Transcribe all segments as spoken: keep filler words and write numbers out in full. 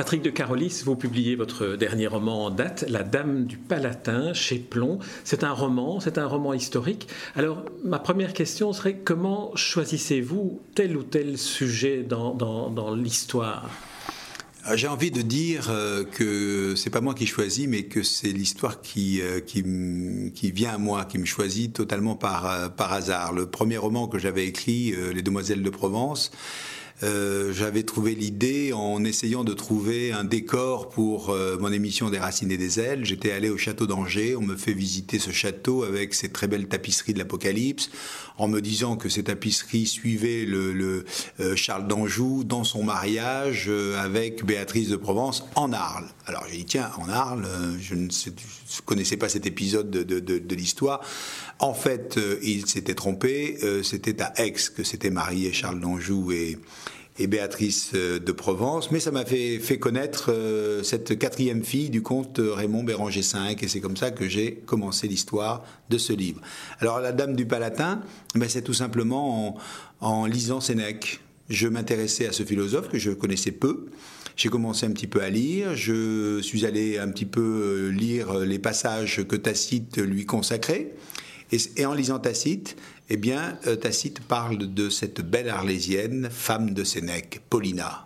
Patrick de Carolis, vous publiez votre dernier roman en date, La Dame du Palatin, chez Plon. C'est un roman, c'est un roman historique. Alors, ma première question serait, comment choisissez-vous tel ou tel sujet dans, dans, dans l'histoire ? J'ai envie de dire que c'est pas moi qui choisis, mais que c'est l'histoire qui, qui, qui vient à moi, qui me choisit totalement par, par hasard. Le premier roman que j'avais écrit, Les Demoiselles de Provence, Euh, j'avais trouvé l'idée en essayant de trouver un décor pour euh, mon émission des Racines et des Ailes. J'étais allé au château d'Angers, on me fait visiter ce château avec ces très belles tapisseries de l'Apocalypse, en me disant que ces tapisseries suivaient le, le euh, Charles d'Anjou dans son mariage euh, avec Béatrice de Provence en Arles. Alors j'ai dit tiens, en Arles, euh, je ne sais, je connaissais pas cet épisode de, de, de, de l'histoire. En fait, euh, il s'était trompé, euh, c'était à Aix que s'étaient mariés Charles d'Anjou et et Béatrice de Provence, mais ça m'a fait, fait connaître euh, cette quatrième fille du comte Raymond Béranger cinq, et c'est comme ça que j'ai commencé l'histoire de ce livre. Alors la Dame du Palatin, ben, c'est tout simplement en, en lisant Sénèque. Je m'intéressais à ce philosophe que je connaissais peu. J'ai commencé un petit peu à lire, je suis allé un petit peu lire les passages que Tacite lui consacrait, et, et en lisant Tacite, eh bien, Tacite parle de cette belle Arlésienne, femme de Sénèque, Paulina.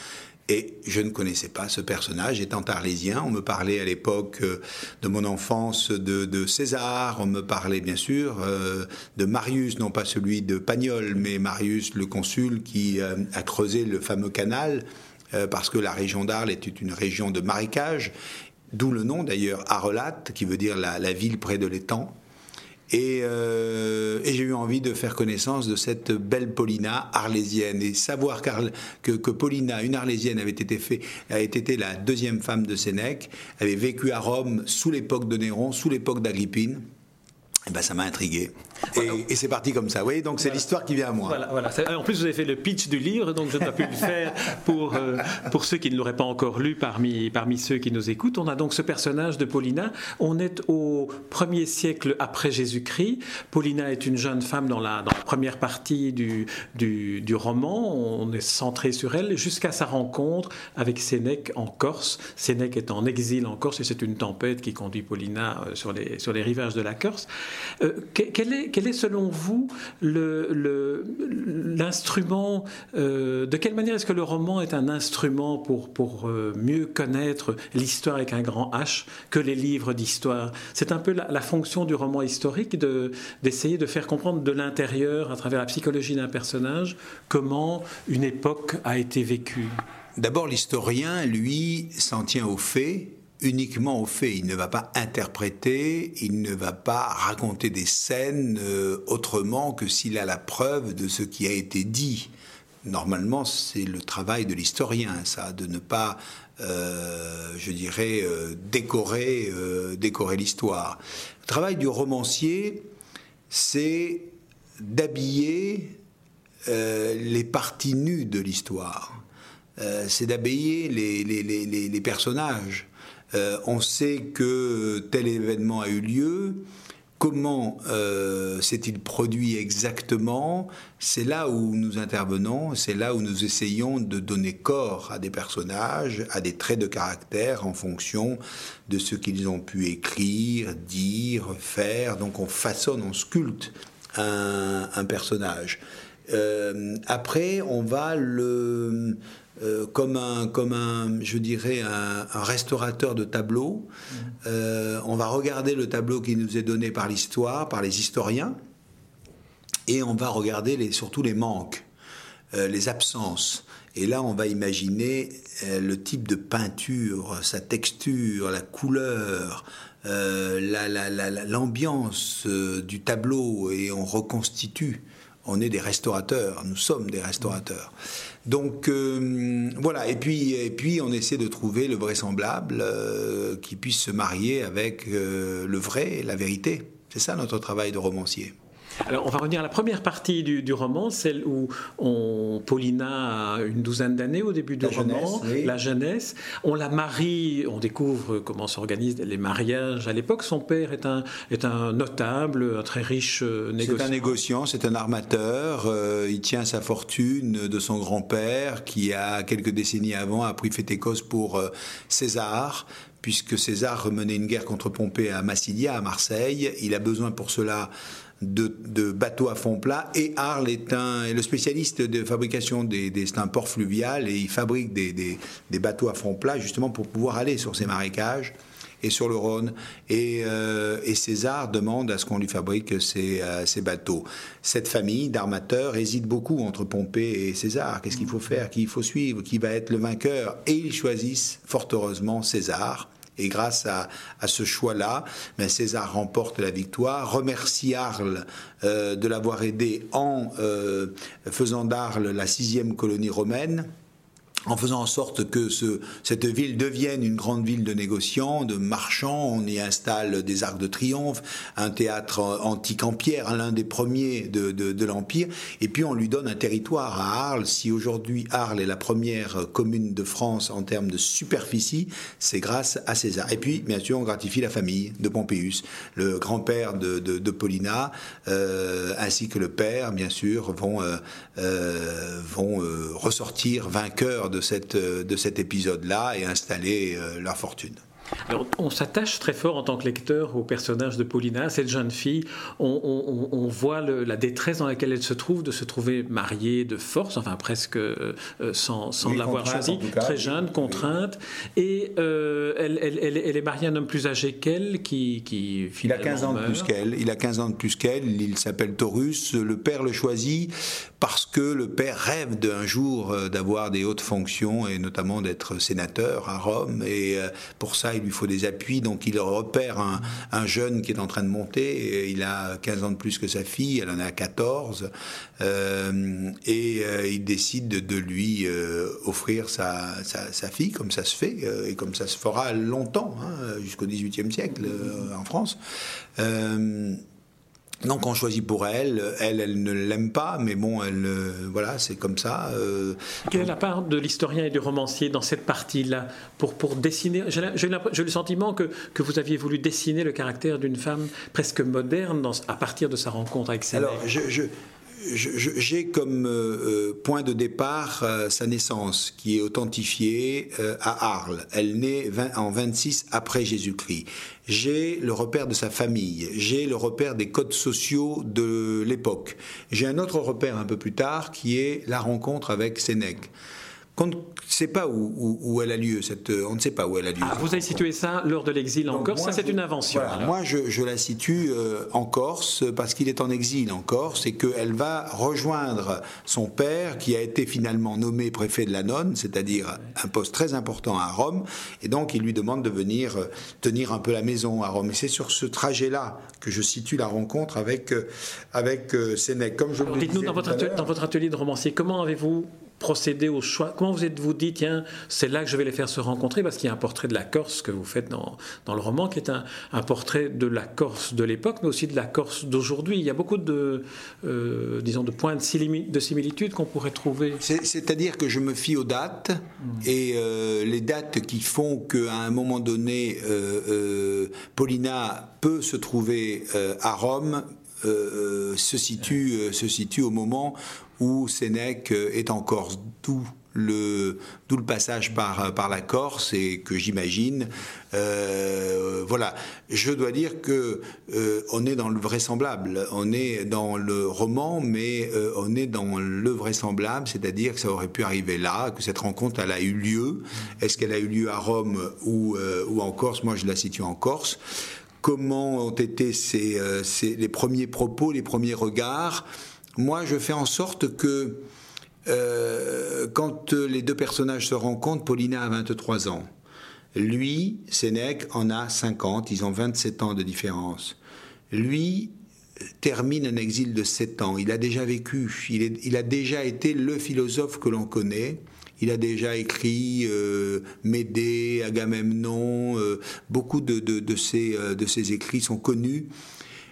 Et je ne connaissais pas ce personnage, étant arlésien. On me parlait à l'époque de mon enfance de, de César, on me parlait bien sûr euh, de Marius, non pas celui de Pagnol, mais Marius le consul qui euh, a creusé le fameux canal, euh, parce que la région d'Arles était une région de marécage, d'où le nom d'ailleurs Arelate, qui veut dire la, la ville près de l'étang. Et, euh, et j'ai eu envie de faire connaissance de cette belle Paulina arlésienne, et savoir que, que Paulina, une arlésienne, avait été, fait, avait été la deuxième femme de Sénèque, avait vécu à Rome sous l'époque de Néron, sous l'époque d'Agrippine. Et ben ça m'a intrigué. Et, et c'est parti comme ça. Vous voyez, donc c'est voilà. L'histoire qui vient à moi. Voilà, voilà. En plus, vous avez fait le pitch du livre, donc je n'ai pas pu le faire pour, euh, pour ceux qui ne l'auraient pas encore lu parmi, parmi ceux qui nous écoutent. On a donc ce personnage de Paulina. On est au premier siècle après Jésus-Christ. Paulina est une jeune femme dans la, dans la première partie du, du, du roman. On est centré sur elle jusqu'à sa rencontre avec Sénèque en Corse. Sénèque est en exil en Corse et c'est une tempête qui conduit Paulina sur les, sur les rivages de la Corse. Euh, quel est, quel est selon vous le, le, l'instrument, euh, de quelle manière est-ce que le roman est un instrument pour, pour euh, mieux connaître l'histoire avec un grand H que les livres d'histoire? C'est un peu la, la fonction du roman historique de, d'essayer de faire comprendre de l'intérieur, à travers la psychologie d'un personnage, comment une époque a été vécue. D'abord, l'historien, lui, s'en tient aux faits, uniquement aux faits. Il ne va pas interpréter, il ne va pas raconter des scènes euh, autrement que s'il a la preuve de ce qui a été dit. Normalement, c'est le travail de l'historien, ça, de ne pas, euh, je dirais, euh, décorer, euh, décorer l'histoire. Le travail du romancier, c'est d'habiller euh, les parties nues de l'histoire. Euh, c'est d'habiller les, les, les, les personnages. Euh, on sait que tel événement a eu lieu, comment euh, s'est-il produit exactement, c'est là où nous intervenons, c'est là où nous essayons de donner corps à des personnages, à des traits de caractère en fonction de ce qu'ils ont pu écrire, dire, faire. Donc on façonne, on sculpte un, un personnage. Euh, après, on va le... Euh, comme un, comme un, je dirais, un, un restaurateur de tableaux. Mmh. Euh, on va regarder le tableau qui nous est donné par l'histoire, par les historiens, et on va regarder les, surtout les manques, euh, les absences. Et là, on va imaginer euh, le type de peinture, sa texture, la couleur, euh, la, la, la, la, l'ambiance euh, du tableau, et on reconstitue. On est des restaurateurs, nous sommes des restaurateurs. Donc euh, voilà, et puis, et puis on essaie de trouver le vraisemblable euh, qui puisse se marier avec euh, le vrai, la vérité. C'est ça notre travail de romancier. Alors, on va revenir à la première partie du, du roman, celle où on, Paulina a une douzaine d'années au début du la roman, jeunesse, oui. la jeunesse. On la marie, on découvre comment s'organisent les mariages à l'époque. Son père est un, est un notable, un très riche euh, négociant. C'est un négociant, c'est un armateur. Euh, il tient sa fortune de son grand-père qui, a quelques décennies avant, a pris fait écosse pour euh, César. Puisque César menait une guerre contre Pompée à Massilia, à Marseille. Il a besoin pour cela de, de bateaux à fond plat. Et Arles est, un, est le spécialiste de fabrication des, des c'est un port fluvial et il fabrique des, des, des bateaux à fond plat justement pour pouvoir aller sur ces marécages et sur le Rhône. Et, euh, et César demande à ce qu'on lui fabrique ces, euh, ces bateaux. Cette famille d'armateurs hésite beaucoup entre Pompée et César. Qu'est-ce qu'il faut faire? Qui il faut suivre? Qui va être le vainqueur? Et ils choisissent fort heureusement César. Et grâce à, à ce choix-là, ben César remporte la victoire, remercie Arles euh, de l'avoir aidé en euh, faisant d'Arles la sixième colonie romaine, en faisant en sorte que ce, cette ville devienne une grande ville de négociants, de marchands. On y installe des arcs de triomphe, un théâtre antique en pierre, l'un des premiers de, de, de l'Empire. Et puis on lui donne un territoire à Arles. Si aujourd'hui Arles est la première commune de France en termes de superficie, c'est grâce à César. Et puis, bien sûr, on gratifie la famille de Pompéus. Le grand-père de, de, de Paulina, euh, ainsi que le père, bien sûr, vont, euh, euh, vont euh, ressortir vainqueurs de, cette, de cet épisode-là et installer euh, leur fortune. Alors, on s'attache très fort en tant que lecteur au personnage de Paulina, cette jeune fille. On, on, on voit le, la détresse dans laquelle elle se trouve, de se trouver mariée de force, enfin presque euh, sans, sans oui, l'avoir choisi, très jeune, oui. contrainte. Et euh, elle, elle, elle, elle est mariée à un homme plus âgé qu'elle, qui, qui il a quinze ans de plus qu'elle. Il a quinze ans de plus qu'elle. Il s'appelle Taurus. Le père le choisit parce que le père rêve d'un jour d'avoir des hautes fonctions et notamment d'être sénateur à Rome. Et pour ça, il lui faut des appuis, donc il repère un, un jeune qui est en train de monter, il a quinze ans de plus que sa fille, elle en a quatorze, euh, et euh, il décide de, de lui euh, offrir sa, sa, sa fille, comme ça se fait, euh, et comme ça se fera longtemps, hein, jusqu'au dix-huitième siècle euh, en France. Euh, Donc on choisit pour elle, elle, elle ne l'aime pas, mais bon, elle, euh, voilà, c'est comme ça. Euh... Quelle est la part de l'historien et du romancier dans cette partie-là pour, pour dessiner? J'ai, j'ai, j'ai le sentiment que, que vous aviez voulu dessiner le caractère d'une femme presque moderne dans, à partir de sa rencontre avec Sénèque. Alors, je... je... Je, je, j'ai comme euh, point de départ euh, sa naissance, qui est authentifiée euh, à Arles. Elle naît vingt, en vingt-six après Jésus-Christ. J'ai le repère de sa famille, j'ai le repère des codes sociaux de l'époque. J'ai un autre repère un peu plus tard, qui est la rencontre avec Sénèque. On ne sait pas où, où, où elle a lieu, cette, on ne sait pas où elle a lieu. Ah, vous avez situé ça lors de l'exil en Corse, ça c'est une invention. Voilà, moi je, je la situe euh, en Corse parce qu'il est en exil en Corse et qu'elle va rejoindre son père qui a été finalement nommé préfet de la Nonne, c'est-à-dire un poste très important à Rome, et donc il lui demande de venir euh, tenir un peu la maison à Rome. Et c'est sur ce trajet-là que je situe la rencontre avec, euh, avec euh, Sénèque. Comme je Alors, dites-nous dans votre, atelier, dans votre atelier de romancier, comment avez-vous procéder au choix? Comment vous êtes-vous dit, tiens, c'est là que je vais les faire se rencontrer? Parce qu'il y a un portrait de la Corse que vous faites dans, dans le roman, qui est un, un portrait de la Corse de l'époque, mais aussi de la Corse d'aujourd'hui. Il y a beaucoup de, euh, disons, de points de, simili- de similitude qu'on pourrait trouver. C'est, c'est-à-dire que je me fie aux dates, mmh. et euh, les dates qui font qu'à un moment donné, euh, euh, Paulina peut se trouver euh, à Rome, euh, se, situe, euh, se situe au moment où Sénèque est en Corse, d'où le, d'où le passage par, par la Corse, et que j'imagine, euh, voilà, je dois dire que euh, on est dans le vraisemblable, on est dans le roman, mais euh, on est dans le vraisemblable, c'est-à-dire que ça aurait pu arriver là, que cette rencontre elle a eu lieu. Est-ce qu'elle a eu lieu à Rome ou, euh, ou en Corse? Moi je la situe en Corse. Comment ont été ces, euh, ces, les premiers propos, les premiers regards? Moi, je fais en sorte que euh, quand les deux personnages se rencontrent, Paulina a vingt-trois ans. Lui, Sénèque, en a cinquante. Ils ont vingt-sept ans de différence. Lui termine un exil de sept ans. Il a déjà vécu. Il, est, il a déjà été le philosophe que l'on connaît. Il a déjà écrit euh, Médée, Agamemnon. Euh, beaucoup de, de, de, ses, de ses écrits sont connus.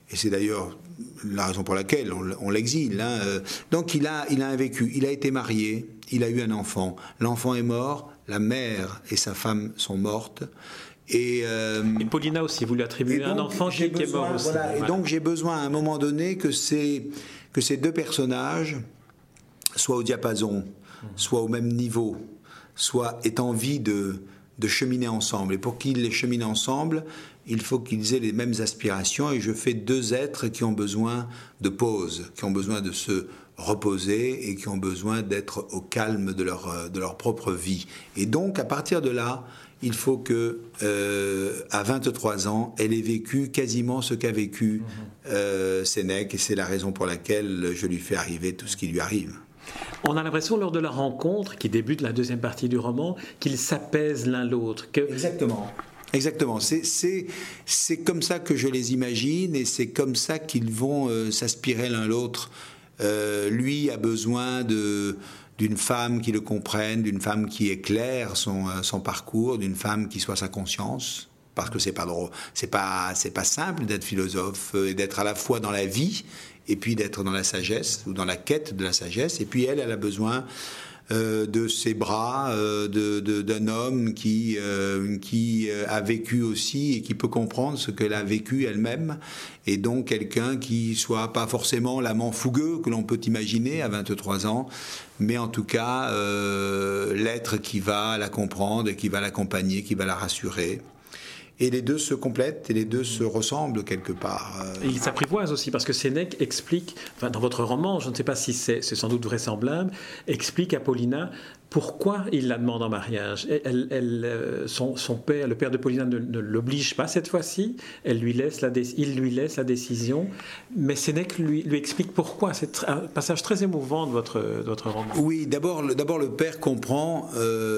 Et c'est d'ailleurs la raison pour laquelle on, on l'exile. Hein. Donc il a, il a un vécu, il a été marié, il a eu un enfant. L'enfant est mort, la mère et sa femme sont mortes. Et, euh, et Paulina aussi, vous lui attribuez un enfant qui, besoin, qui est mort aussi. Voilà, voilà. Et donc j'ai besoin à un moment donné que ces, que ces deux personnages soient au diapason, soient au même niveau, soient aient envie de, de cheminer ensemble. Et pour qu'ils les cheminent ensemble, il faut qu'ils aient les mêmes aspirations. Et je fais deux êtres qui ont besoin de pause, qui ont besoin de se reposer et qui ont besoin d'être au calme de leur, de leur propre vie. Et donc à partir de là, il faut que, euh, à vingt-trois ans, elle ait vécu quasiment ce qu'a vécu euh, Sénèque, et c'est la raison pour laquelle je lui fais arriver tout ce qui lui arrive. On a l'impression, lors de la rencontre, qui débute la deuxième partie du roman, qu'ils s'apaisent l'un l'autre. Que... Exactement. Exactement. C'est, c'est, c'est comme ça que je les imagine, et c'est comme ça qu'ils vont euh, s'aspirer l'un l'autre. Euh, lui a besoin de... d'une femme qui le comprenne, d'une femme qui éclaire son, son parcours, d'une femme qui soit sa conscience, parce que c'est pas drôle, c'est pas, c'est pas simple d'être philosophe et d'être à la fois dans la vie et puis d'être dans la sagesse ou dans la quête de la sagesse. Et puis elle, elle a besoin euh, de ses bras, euh, de, de, d'un homme qui, euh, qui a vécu aussi et qui peut comprendre ce qu'elle a vécu elle-même. Et donc quelqu'un qui soit pas forcément l'amant fougueux que l'on peut imaginer à vingt-trois ans, mais en tout cas euh, l'être qui va la comprendre et qui va l'accompagner, qui va la rassurer. Et les deux se complètent et les deux se ressemblent quelque part. Et ils s'apprivoisent aussi, parce que Sénèque explique, enfin dans votre roman, je ne sais pas si c'est, c'est sans doute vraisemblable, explique à Paulina pourquoi il la demande en mariage. Elle, elle, son, son père, le père de Paulina ne, ne l'oblige pas cette fois-ci, elle lui laisse la, il lui laisse la décision, mais Sénèque lui, lui explique pourquoi. C'est un passage très émouvant de votre, de votre roman. Oui, d'abord, d'abord le père comprend,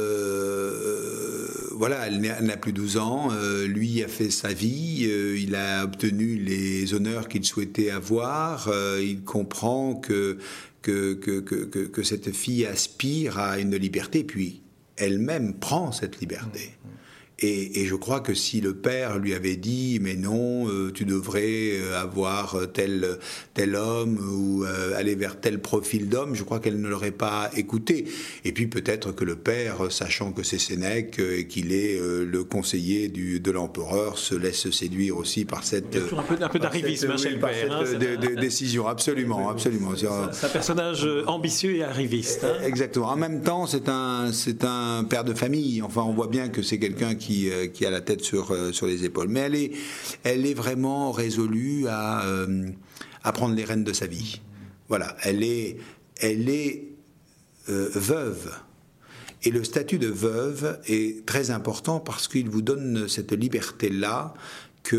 euh, voilà, elle n'a plus douze ans, euh, lui a fait sa vie, euh, il a obtenu les honneurs qu'il souhaitait avoir, euh, il comprend que Que, que, que, que cette fille aspire à une liberté, puis elle-même prend cette liberté. Et, et je crois que si le père lui avait dit « mais non, euh, tu devrais avoir tel, tel homme ou euh, aller vers tel profil d'homme », je crois qu'elle ne l'aurait pas écouté. Et puis peut-être que le père, sachant que c'est Sénèque et qu'il est euh, le conseiller du, de l'empereur, se laisse séduire aussi par cette... Il y a toujours un peu, un peu d'arrivisme cette, chez oui, le par père. cette Hein, de, de, de décision, absolument, absolument. C'est un, c'est un personnage ambitieux et arriviste. Hein. Exactement. En même temps, c'est un, c'est un père de famille. Enfin, on voit bien que c'est quelqu'un qui Qui, qui a la tête sur, sur les épaules. Mais elle est, elle est vraiment résolue à, euh, à prendre les rênes de sa vie. Voilà, elle est, elle est euh, veuve. Et le statut de veuve est très important parce qu'il vous donne cette liberté-là que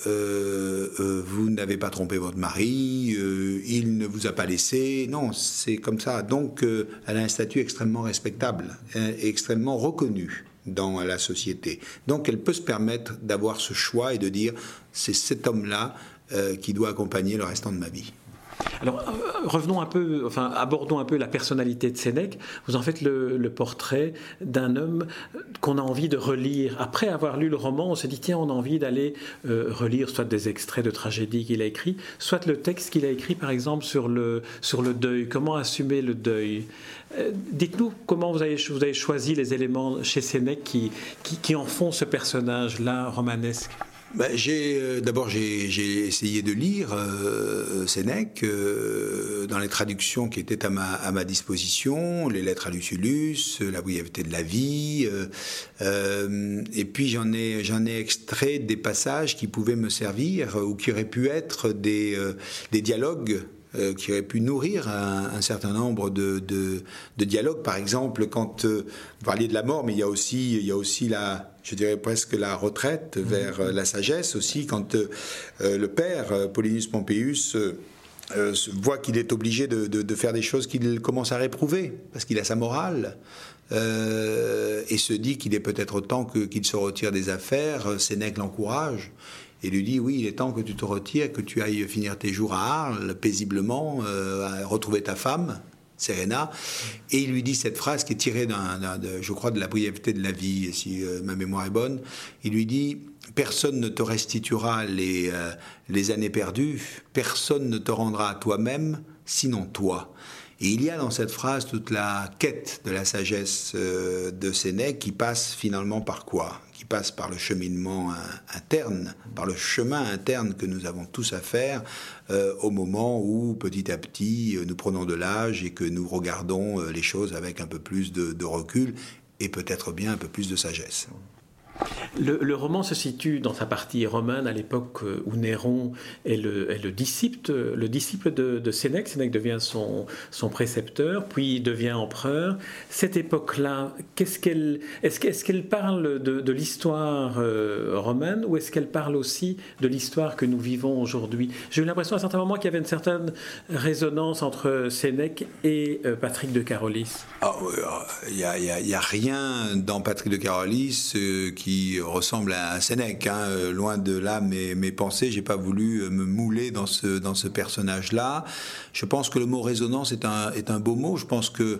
euh, euh, vous n'avez pas trompé votre mari, euh, il ne vous a pas laissé. Non, c'est comme ça. Donc, euh, elle a un statut extrêmement respectable et extrêmement reconnu dans la société. Donc elle peut se permettre d'avoir ce choix et de dire c'est cet homme-là euh, qui doit accompagner le restant de ma vie. Alors euh, revenons un peu, enfin abordons un peu la personnalité de Sénèque. Vous en faites le, le portrait d'un homme qu'on a envie de relire. Après avoir lu le roman, on se dit tiens, on a envie d'aller euh, relire soit des extraits de tragédies qu'il a écrits, soit le texte qu'il a écrit par exemple sur le, sur le deuil, comment assumer le deuil. Euh, dites-nous comment vous avez, vous avez choisi les éléments chez Sénèque qui, qui, qui en font ce personnage-là romanesque. Ben, j'ai, euh, d'abord, j'ai, j'ai essayé de lire euh, Sénèque euh, dans les traductions qui étaient à ma, à ma disposition, les lettres à Lucullus, la brièveté de la vie, euh, euh, et puis j'en ai, j'en ai extrait des passages qui pouvaient me servir ou qui auraient pu être des, euh, des dialogues euh, qui auraient pu nourrir un, un certain nombre de, de, de dialogues. Par exemple, quand euh, vous parliez de la mort, mais il y a aussi, il y a aussi la... je dirais presque la retraite vers euh, la sagesse aussi, quand euh, le père, euh, Paulinus Pompeius, euh, euh, voit qu'il est obligé de, de, de faire des choses qu'il commence à réprouver, parce qu'il a sa morale, euh, et se dit qu'il est peut-être temps que, qu'il se retire des affaires. Sénèque l'encourage, et lui dit, oui, il est temps que tu te retires, que tu ailles finir tes jours à Arles, paisiblement, euh, à retrouver ta femme, Serena, et il lui dit cette phrase qui est tirée d'un, d'un, de, je crois, de la brièveté de la vie, si euh, ma mémoire est bonne. Il lui dit personne ne te restituera les, euh, les années perdues, personne ne te rendra à toi-même, sinon toi. Et il y a dans cette phrase toute la quête de la sagesse euh, de Sénèque qui passe finalement par quoi ? Qui passe par le cheminement interne, par le chemin interne que nous avons tous à faire euh, au moment où petit à petit nous prenons de l'âge et que nous regardons euh, les choses avec un peu plus de, de recul et peut-être bien un peu plus de sagesse. Le, le roman se situe dans sa partie romaine à l'époque où Néron est le, est le disciple, le disciple de, de Sénèque. Sénèque devient son, son précepteur, puis devient empereur. Cette époque-là, qu'est-ce qu'elle, est-ce, est-ce qu'elle parle de, de l'histoire euh, romaine ou est-ce qu'elle parle aussi de l'histoire que nous vivons aujourd'hui ? J'ai eu l'impression à certains moments qu'il y avait une certaine résonance entre Sénèque et euh, Patrick de Carolis. Il oh, n'y a, y a, y a rien dans Patrick de Carolis euh, qui qui ressemble à Sénèque, hein. Loin de là mes, mes pensées, j'ai pas voulu me mouler dans ce, dans ce personnage-là. Je pense que le mot résonance est un, est un beau mot. Je pense que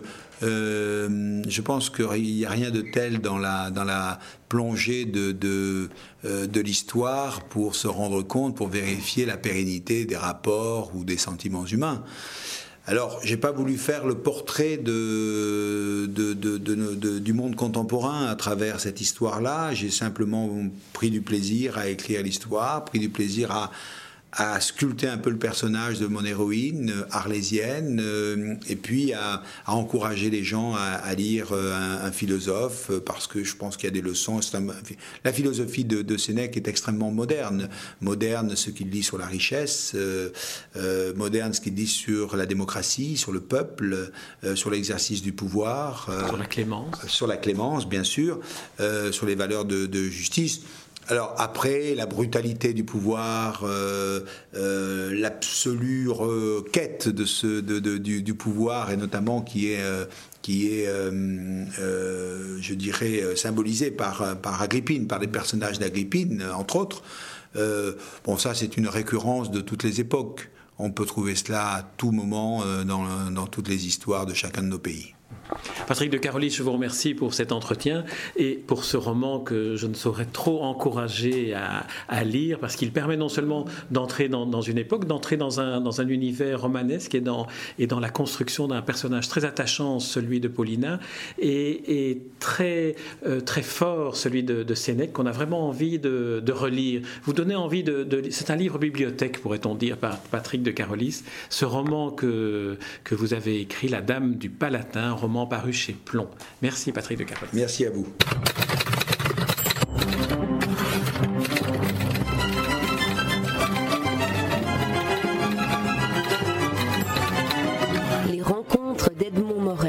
euh, je pense qu'il n'y a rien de tel dans la, dans la plongée de, de, euh, de l'histoire pour se rendre compte, pour vérifier la pérennité des rapports ou des sentiments humains. Alors, j'ai pas voulu faire le portrait de, de, de, de, de, du monde contemporain à travers cette histoire-là. J'ai simplement pris du plaisir à écrire l'histoire, pris du plaisir à, à sculpter un peu le personnage de mon héroïne arlésienne, euh, et puis à, à encourager les gens à, à lire un, un philosophe, parce que je pense qu'il y a des leçons. La philosophie de, de Sénèque est extrêmement moderne. Moderne, ce qu'il dit sur la richesse, euh, euh, moderne, ce qu'il dit sur la démocratie, sur le peuple, euh, sur l'exercice du pouvoir. Euh, sur la clémence. Sur la clémence, bien sûr, euh, sur les valeurs de, de justice. Alors après, la brutalité du pouvoir, euh, euh, l'absolue quête de ce, de, de, du, du pouvoir, et notamment qui est, euh, qui est euh, euh, je dirais, symbolisée par, par Agrippine, par les personnages d'Agrippine, entre autres. Euh, bon, ça, c'est une récurrence de toutes les époques. On peut trouver cela à tout moment euh, dans, dans toutes les histoires de chacun de nos pays. Patrick de Carolis, je vous remercie pour cet entretien et pour ce roman que je ne saurais trop encourager à, à lire, parce qu'il permet non seulement d'entrer dans, dans une époque, d'entrer dans un, dans un univers romanesque et dans, et dans la construction d'un personnage très attachant, celui de Paulina, et, et très, euh, très fort, celui de, de Sénèque, qu'on a vraiment envie de, de relire. Vous donnez envie de, de... C'est un livre bibliothèque, pourrait-on dire, par Patrick de Carolis. Ce roman que, que vous avez écrit, La Dame du Palatin, roman paru chez Plomb. Merci Patrick de Carolis. Merci à vous. Les rencontres d'Edmond Morel.